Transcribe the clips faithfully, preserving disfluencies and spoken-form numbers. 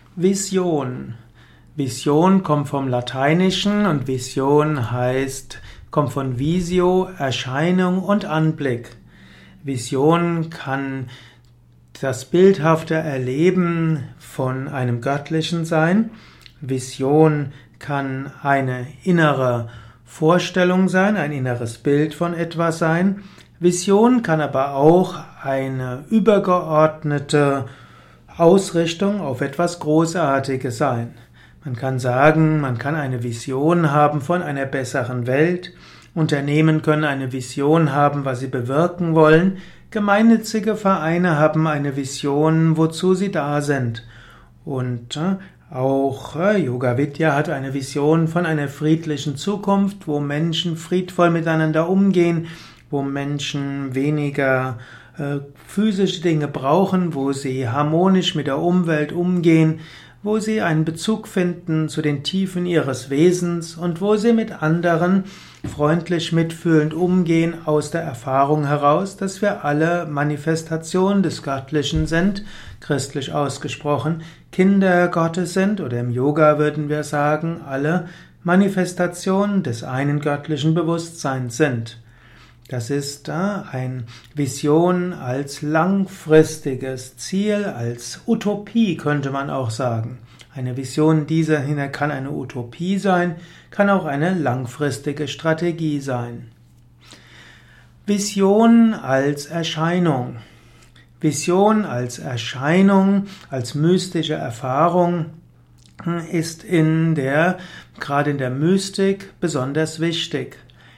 Vision. Vision kommt vom Lateinischen und Vision heißt, kommt von Visio, Erscheinung und Anblick. Vision kann das bildhafte Erleben von einem Göttlichen sein. Vision kann eine innere Vorstellung sein, ein inneres Bild von etwas sein. Vision kann aber auch eine übergeordnete Ausrichtung auf etwas Großartiges sein. Man kann sagen, man kann eine Vision haben von einer besseren Welt. Unternehmen können eine Vision haben, was sie bewirken wollen. Gemeinnützige Vereine haben eine Vision, wozu sie da sind. Und äh, auch äh, Yoga Vidya hat eine Vision von einer friedlichen Zukunft, wo Menschen friedvoll miteinander umgehen, wo Menschen weniger äh, physische Dinge brauchen, wo sie harmonisch mit der Umwelt umgehen, wo sie einen Bezug finden zu den Tiefen ihres Wesens und wo sie mit anderen freundlich mitfühlend umgehen aus der Erfahrung heraus, dass wir alle Manifestationen des Göttlichen sind, christlich ausgesprochen, Kinder Gottes sind, oder im Yoga würden wir sagen, alle Manifestationen des einen göttlichen Bewusstseins sind. Das ist eine Vision als langfristiges Ziel, als Utopie könnte man auch sagen. Eine Vision dieser kann eine Utopie sein, kann auch eine langfristige Strategie sein. Vision als Erscheinung. Vision als Erscheinung, als mystische Erfahrung ist in der, gerade in der Mystik besonders wichtig.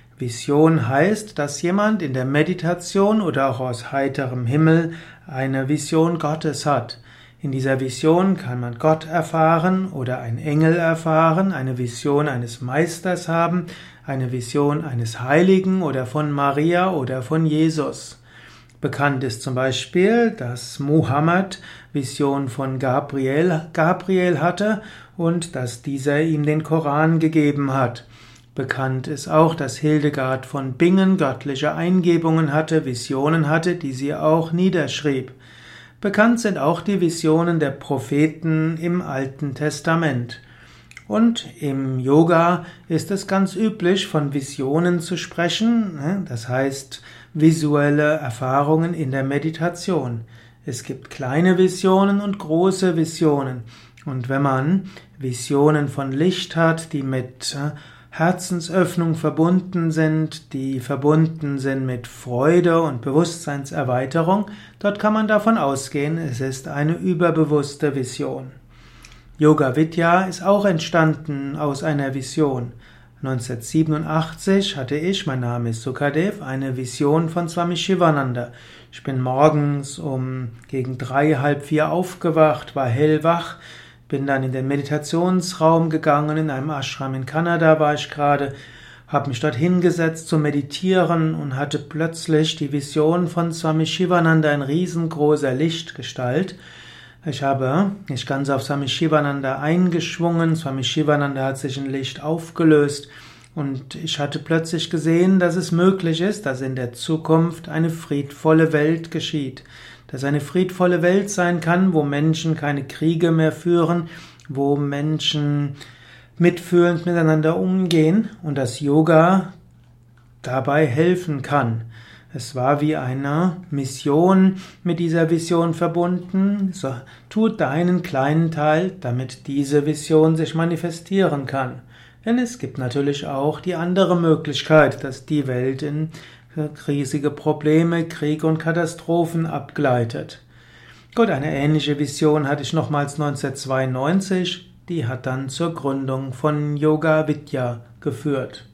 Vision heißt, dass jemand in der Meditation oder auch aus heiterem Himmel eine Vision Gottes hat. In dieser Vision kann man Gott erfahren oder einen Engel erfahren, eine Vision eines Meisters haben, eine Vision eines Heiligen oder von Maria oder von Jesus. Bekannt ist zum Beispiel, dass Mohammed Vision von Gabriel, Gabriel hatte und dass dieser ihm den Koran gegeben hat. Bekannt ist auch, dass Hildegard von Bingen göttliche Eingebungen hatte, Visionen hatte, die sie auch niederschrieb. Bekannt sind auch die Visionen der Propheten im Alten Testament. Und im Yoga ist es ganz üblich, von Visionen zu sprechen, das heißt visuelle Erfahrungen in der Meditation. Es gibt kleine Visionen und große Visionen. Und wenn man Visionen von Licht hat, die mit Herzensöffnung verbunden sind, die verbunden sind mit Freude und Bewusstseinserweiterung, dort kann man davon ausgehen, es ist eine überbewusste Vision. Yoga Vidya ist auch entstanden aus einer Vision. neunzehnhundertsiebenundachtzig hatte ich, mein Name ist Sukadev, eine Vision von Swami Shivananda. Ich bin morgens um gegen drei, halb vier aufgewacht, war hellwach, bin dann in den Meditationsraum gegangen, in einem Ashram in Kanada war ich gerade, habe mich dort hingesetzt zu meditieren und hatte plötzlich die Vision von Swami Shivananda in riesengroßer Lichtgestalt. Ich habe mich ganz auf Swami Shivananda eingeschwungen, Swami Shivananda hat sich in Licht aufgelöst und ich hatte plötzlich gesehen, dass es möglich ist, dass in der Zukunft eine friedvolle Welt geschieht. Dass eine friedvolle Welt sein kann, wo Menschen keine Kriege mehr führen, wo Menschen mitfühlend miteinander umgehen und dass Yoga dabei helfen kann. Es war wie eine Mission mit dieser Vision verbunden. So, tu deinen kleinen Teil, damit diese Vision sich manifestieren kann. Denn es gibt natürlich auch die andere Möglichkeit, dass die Welt in riesige Probleme, Krieg und Katastrophen abgleitet. Gut, eine ähnliche Vision hatte ich nochmals neunzehnhundertzweiundneunzig, die hat dann zur Gründung von Yoga Vidya geführt.